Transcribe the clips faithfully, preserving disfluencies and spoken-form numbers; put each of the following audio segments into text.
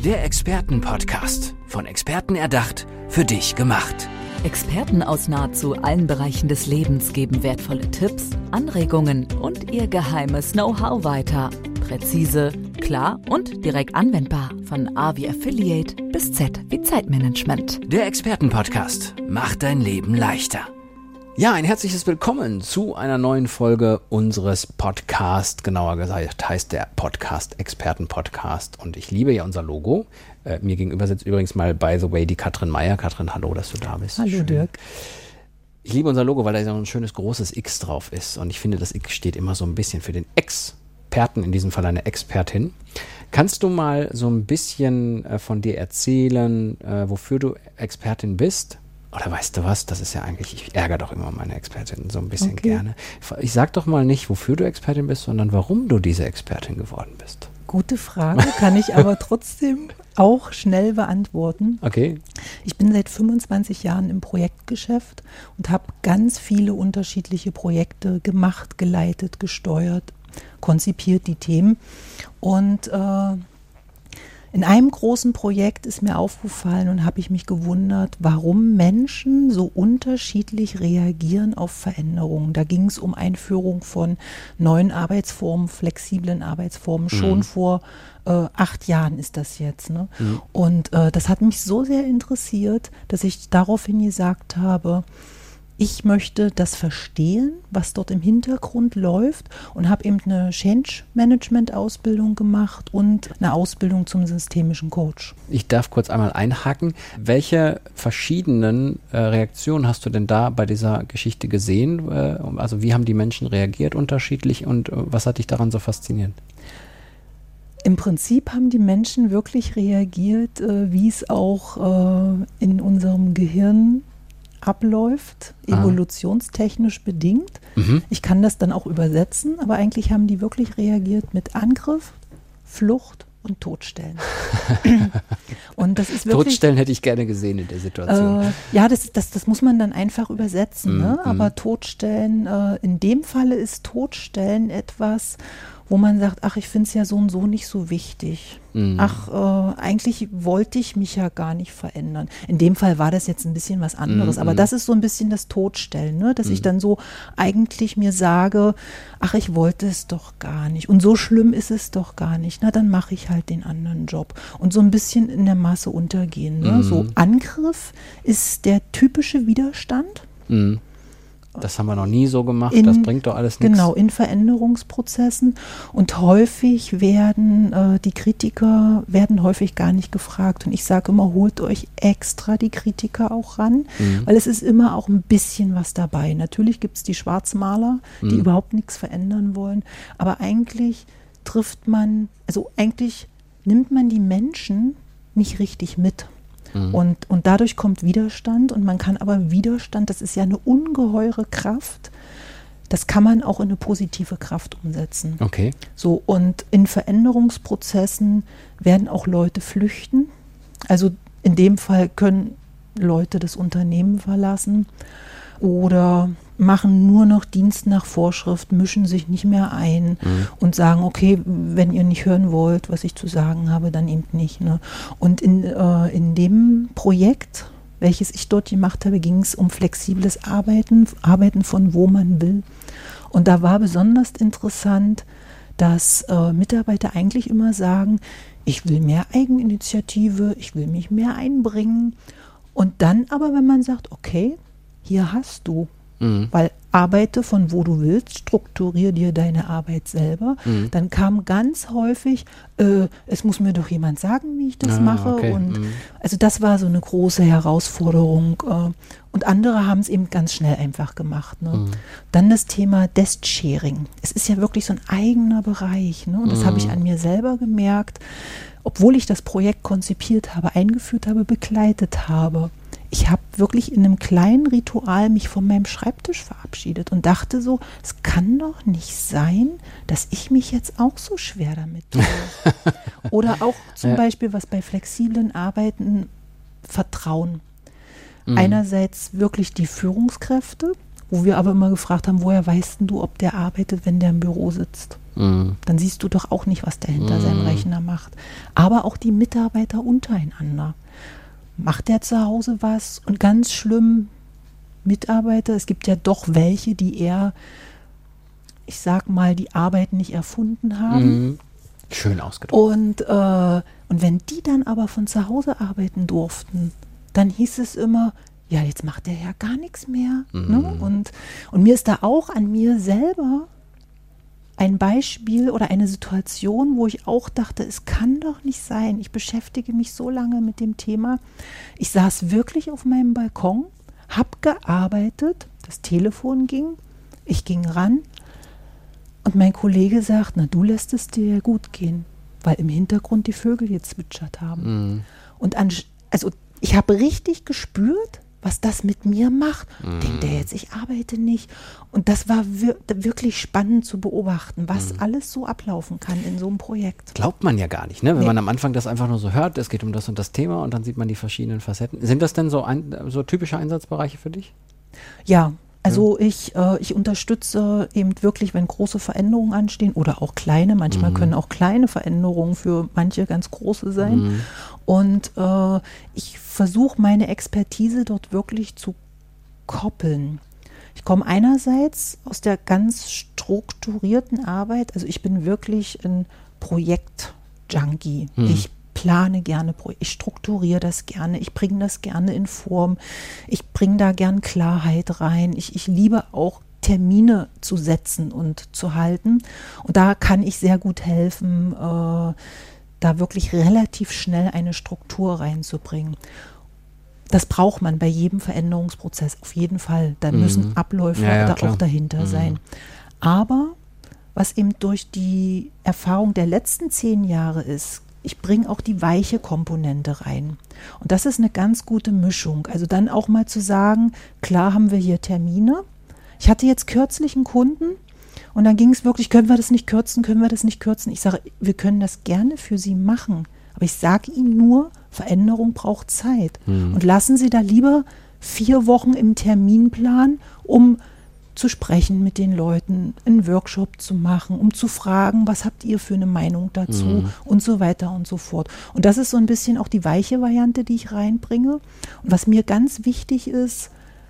Der Experten-Podcast. Von Experten erdacht, für dich gemacht. Experten aus nahezu allen Bereichen des Lebens geben wertvolle Tipps, Anregungen und ihr geheimes Know-how weiter. Präzise, klar und direkt anwendbar. Von A wie Affiliate bis Z wie Zeitmanagement. Der Experten-Podcast macht dein Leben leichter. Ja, ein herzliches Willkommen zu einer neuen Folge unseres Podcasts. Genauer gesagt heißt der Podcast Experten-Podcast. Und ich liebe ja unser Logo. Äh, mir gegenüber sitzt übrigens mal, by the way, die Katrin Meyer. Katrin, hallo, dass du da bist. Hallo, Schön. Dirk. Ich liebe unser Logo, weil da so ein schönes großes X drauf ist. Und ich finde, das X steht immer so ein bisschen für den Experten, in diesem Fall eine Expertin. Kannst du mal so ein bisschen äh, von dir erzählen, äh, wofür du Expertin bist? Oder weißt du was, das ist ja eigentlich, ich ärgere doch immer meine Expertin so ein bisschen Okay. gerne. Ich sag doch mal nicht, wofür du Expertin bist, sondern warum du diese Expertin geworden bist. Gute Frage, kann ich aber trotzdem auch schnell beantworten. Okay. Ich bin seit fünfundzwanzig Jahren im Projektgeschäft und habe ganz viele unterschiedliche Projekte gemacht, geleitet, gesteuert, konzipiert die Themen. Und äh, in einem großen Projekt ist mir aufgefallen und habe ich mich gewundert, warum Menschen so unterschiedlich reagieren auf Veränderungen. Da ging es um Einführung von neuen Arbeitsformen, flexiblen Arbeitsformen. Mhm. Schon vor äh, acht Jahren ist das jetzt. Ne? Mhm. Und äh, das hat mich so sehr interessiert, dass ich daraufhin gesagt habe, ich möchte das verstehen, was dort im Hintergrund läuft, und habe eben eine Change-Management-Ausbildung gemacht und eine Ausbildung zum systemischen Coach. Ich darf kurz einmal einhaken. Welche verschiedenen äh, Reaktionen hast du denn da bei dieser Geschichte gesehen? Äh, also wie haben die Menschen reagiert unterschiedlich und äh, was hat dich daran so fasziniert? Im Prinzip haben die Menschen wirklich reagiert, äh, wie es auch äh, in unserem Gehirn abläuft, evolutionstechnisch bedingt. Mhm. Ich kann das dann auch übersetzen, aber eigentlich haben die wirklich reagiert mit Angriff, Flucht und Todstellen. Und das ist wirklich, Todstellen hätte ich gerne gesehen in der Situation. Äh, ja, das, das, das muss man dann einfach übersetzen. Mhm. Ne? Aber Todstellen, äh, in dem Falle ist Todstellen etwas, wo man sagt, ach, ich finde es ja so und so nicht so wichtig. Mhm. Ach, äh, eigentlich wollte ich mich ja gar nicht verändern. In dem Fall war das jetzt ein bisschen was anderes, mhm. aber das ist so ein bisschen das Todstellen, ne? Dass mhm. ich dann so eigentlich mir sage, ach, ich wollte es doch gar nicht und so schlimm ist es doch gar nicht. Na, dann mache ich halt den anderen Job und so ein bisschen in der Masse untergehen. Ne? Mhm. So Angriff ist der typische Widerstand. Mhm. Das haben wir noch nie so gemacht, in, das bringt doch alles nichts. Genau, in Veränderungsprozessen. Und häufig werden äh, die Kritiker, werden häufig gar nicht gefragt. Und ich sage immer, holt euch extra die Kritiker auch ran, mhm. weil es ist immer auch ein bisschen was dabei. Natürlich gibt es die Schwarzmaler, die mhm. überhaupt nichts verändern wollen. Aber eigentlich trifft man, also eigentlich nimmt man die Menschen nicht richtig mit. Mhm. Und, und dadurch kommt Widerstand, und man kann aber Widerstand, das ist ja eine ungeheure Kraft, das kann man auch in eine positive Kraft umsetzen. Okay. So, und in Veränderungsprozessen werden auch Leute flüchten. Also in dem Fall können Leute das Unternehmen verlassen oder machen nur noch Dienst nach Vorschrift, mischen sich nicht mehr ein mhm. und sagen, okay, wenn ihr nicht hören wollt, was ich zu sagen habe, dann eben nicht. Ne? Und in, äh, in dem Projekt, welches ich dort gemacht habe, ging es um flexibles Arbeiten, Arbeiten von wo man will. Und da war besonders interessant, dass äh, Mitarbeiter eigentlich immer sagen, ich will mehr Eigeninitiative, ich will mich mehr einbringen. Und dann aber, wenn man sagt, okay, hier hast du, mhm. weil arbeite von wo du willst, strukturiere dir deine Arbeit selber. Mhm. Dann kam ganz häufig, äh, es muss mir doch jemand sagen, wie ich das ah, mache. Okay. Und mhm. also das war so eine große Herausforderung. Äh, und andere haben es eben ganz schnell einfach gemacht. Ne? Mhm. Dann das Thema Desk-Sharing. Es ist ja wirklich so ein eigener Bereich. Ne? Und das mhm. habe ich an mir selber gemerkt, obwohl ich das Projekt konzipiert habe, eingeführt habe, begleitet habe. Ich habe wirklich in einem kleinen Ritual mich von meinem Schreibtisch verabschiedet und dachte so, es kann doch nicht sein, dass ich mich jetzt auch so schwer damit tue. Oder auch zum ja. Beispiel, was bei flexiblen Arbeiten, Vertrauen. Mhm. Einerseits wirklich die Führungskräfte, wo wir aber immer gefragt haben, woher weißt denn du, ob der arbeitet, wenn der im Büro sitzt? Mhm. Dann siehst du doch auch nicht, was der hinter mhm. seinem Rechner macht. Aber auch die Mitarbeiter untereinander. Macht der zu Hause was? Und ganz schlimm, Mitarbeiter, es gibt ja doch welche, die eher, ich sag mal, die Arbeit nicht erfunden haben. Mhm. Schön ausgedrückt. Und, äh, und wenn die dann aber von zu Hause arbeiten durften, dann hieß es immer, ja, jetzt macht der ja gar nichts mehr. Mhm. Ne? Und, und mir ist da auch an mir selber ein Beispiel oder eine Situation, wo ich auch dachte, es kann doch nicht sein. Ich beschäftige mich so lange mit dem Thema. Ich saß wirklich auf meinem Balkon, habe gearbeitet, das Telefon ging, ich ging ran und mein Kollege sagt, na, du lässt es dir ja gut gehen, weil im Hintergrund die Vögel gezwitschert haben. Mhm. Und an, also ich habe richtig gespürt, was das mit mir macht. Mm. Denkt er jetzt, ich arbeite nicht. Und das war wir- wirklich spannend zu beobachten, was mm. alles so ablaufen kann in so einem Projekt. Glaubt man ja gar nicht, ne? Wenn Nee. man am Anfang das einfach nur so hört, es geht um das und das Thema und dann sieht man die verschiedenen Facetten. Sind das denn so, ein, so typische Einsatzbereiche für dich? Ja, also ich, äh, ich unterstütze eben wirklich, wenn große Veränderungen anstehen oder auch kleine. Manchmal Mhm. können auch kleine Veränderungen für manche ganz große sein. Mhm. Und äh, ich versuche meine Expertise dort wirklich zu koppeln. Ich komme einerseits aus der ganz strukturierten Arbeit, also ich bin wirklich ein Projekt-Junkie. Mhm. Ich plane gerne, Pro- ich strukturiere das gerne, ich bringe das gerne in Form, ich bringe da gern Klarheit rein. Ich, ich liebe auch Termine zu setzen und zu halten. Und da kann ich sehr gut helfen, äh, da wirklich relativ schnell eine Struktur reinzubringen. Das braucht man bei jedem Veränderungsprozess auf jeden Fall. Da Mhm. müssen Abläufe Ja, ja, da klar. auch dahinter Mhm. sein. Aber was eben durch die Erfahrung der letzten zehn Jahre ist, ich bringe auch die weiche Komponente rein. Und das ist eine ganz gute Mischung. Also dann auch mal zu sagen, klar haben wir hier Termine. Ich hatte jetzt kürzlich einen Kunden und dann ging es wirklich, können wir das nicht kürzen, können wir das nicht kürzen. Ich sage, wir können das gerne für Sie machen. Aber ich sage Ihnen nur, Veränderung braucht Zeit. Mhm. Und lassen Sie da lieber vier Wochen im Terminplan, um zu sprechen mit den Leuten, einen Workshop zu machen, um zu fragen, was habt ihr für eine Meinung dazu Mhm. und so weiter und so fort. Und das ist so ein bisschen auch die weiche Variante, die ich reinbringe. Und was mir ganz wichtig ist,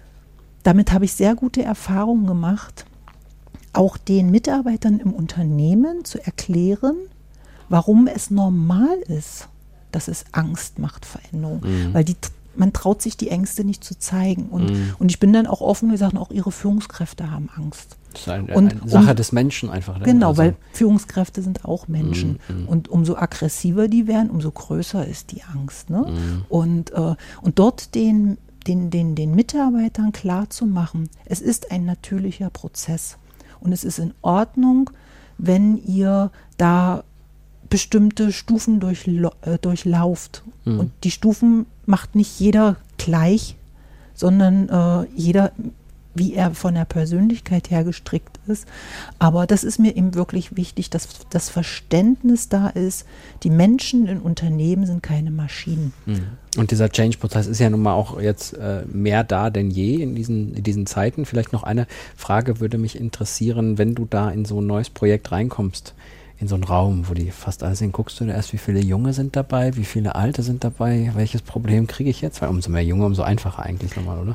damit habe ich sehr gute Erfahrungen gemacht, auch den Mitarbeitern im Unternehmen zu erklären, warum es normal ist, dass es Angst macht, Veränderung. Mhm. Weil die, man traut sich die Ängste nicht zu zeigen. Und, Mhm. und ich bin dann auch offen gesagt, auch ihre Führungskräfte haben Angst. Das ist eine, Und eine Sache um- des Menschen einfach. ne? Genau, Also, weil Führungskräfte sind auch Menschen. Mhm, mhm. Und umso aggressiver die werden, umso größer ist die Angst. Ne? Mhm. Und, äh, und dort den, den, den, den Mitarbeitern klar zu machen, es ist ein natürlicher Prozess. Und es ist in Ordnung, wenn ihr da bestimmte Stufen durchlo- äh, durchlauft. Mhm. Und die Stufen macht nicht jeder gleich, sondern äh, jeder, wie er von der Persönlichkeit her gestrickt ist. Aber das ist mir eben wirklich wichtig, dass das Verständnis da ist, die Menschen in Unternehmen sind keine Maschinen. Mhm. Und dieser Change-Prozess ist ja nun mal auch jetzt äh, mehr da denn je in diesen, in diesen Zeiten. Vielleicht noch eine Frage würde mich interessieren, wenn du da in so ein neues Projekt reinkommst, in so einen Raum, wo die fast alle sind, guckst du da erst, wie viele Junge sind dabei, wie viele Alte sind dabei, welches Problem kriege ich jetzt? Weil umso mehr Junge, umso einfacher eigentlich nochmal, oder?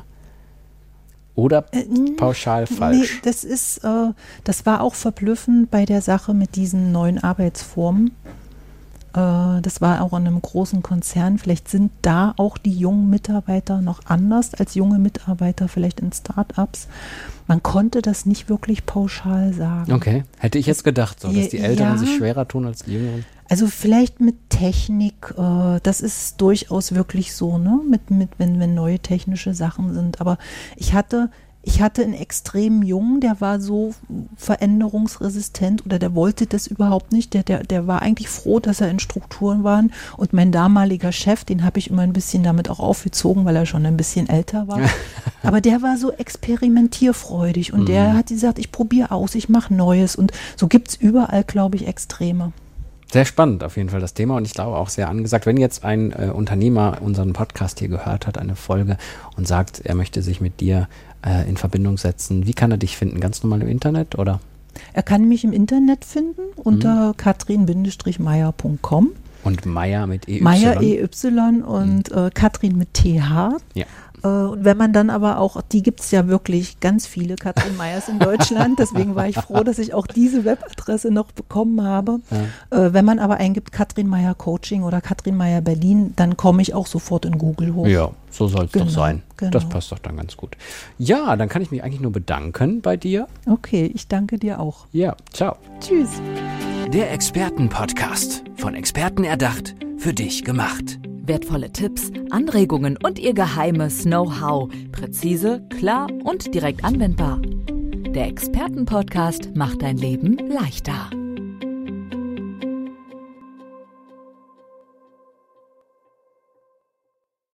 Oder Äh, pauschal Nee, falsch? das ist, äh, das war auch verblüffend bei der Sache mit diesen neuen Arbeitsformen. Äh, das war auch in einem großen Konzern. Vielleicht sind da auch die jungen Mitarbeiter noch anders als junge Mitarbeiter vielleicht in Start-ups. Man konnte das nicht wirklich pauschal sagen. Okay, hätte ich jetzt gedacht, so, dass die Ja, Älteren sich schwerer tun als die Jüngeren. Also vielleicht mit Technik, äh, das ist durchaus wirklich so, ne? Mit, mit, wenn, wenn neue technische Sachen sind. Aber ich hatte, ich hatte einen extrem Jungen, der war so veränderungsresistent oder der wollte das überhaupt nicht. Der, der, der war eigentlich froh, dass er in Strukturen war. Und mein damaliger Chef, den habe ich immer ein bisschen damit auch aufgezogen, weil er schon ein bisschen älter war. Aber der war so experimentierfreudig und der hat gesagt, ich probiere aus, ich mache Neues. Und so gibt es überall, glaube ich, Extreme. Sehr spannend auf jeden Fall das Thema und ich glaube auch sehr angesagt. Wenn jetzt ein äh, Unternehmer unseren Podcast hier gehört hat, eine Folge und sagt, er möchte sich mit dir äh, in Verbindung setzen, wie kann er dich finden? Ganz normal im Internet oder? Er kann mich im Internet finden unter mhm. katrin Meyer punkt com. Und Meyer mit E Y. Meyer E Y und mhm. äh, Katrin mit T H. Ja. Und wenn man dann aber auch, die gibt es ja wirklich ganz viele Katrin Meyers in Deutschland, deswegen war ich froh, dass ich auch diese Webadresse noch bekommen habe. Ja. Äh, wenn man aber eingibt Katrin Meyer Coaching oder Katrin Meyer Berlin, dann komme ich auch sofort in Google hoch. Ja, so soll es genau, doch sein. Genau. Das passt doch dann ganz gut. Ja, dann kann ich mich eigentlich nur bedanken bei dir. Okay, ich danke dir auch. Ja, ciao. Tschüss. Der Experten-Podcast. Von Experten erdacht, für dich gemacht. Wertvolle Tipps, Anregungen und ihr geheimes Know-how. Präzise, klar und direkt anwendbar. Der Experten-Podcast macht dein Leben leichter.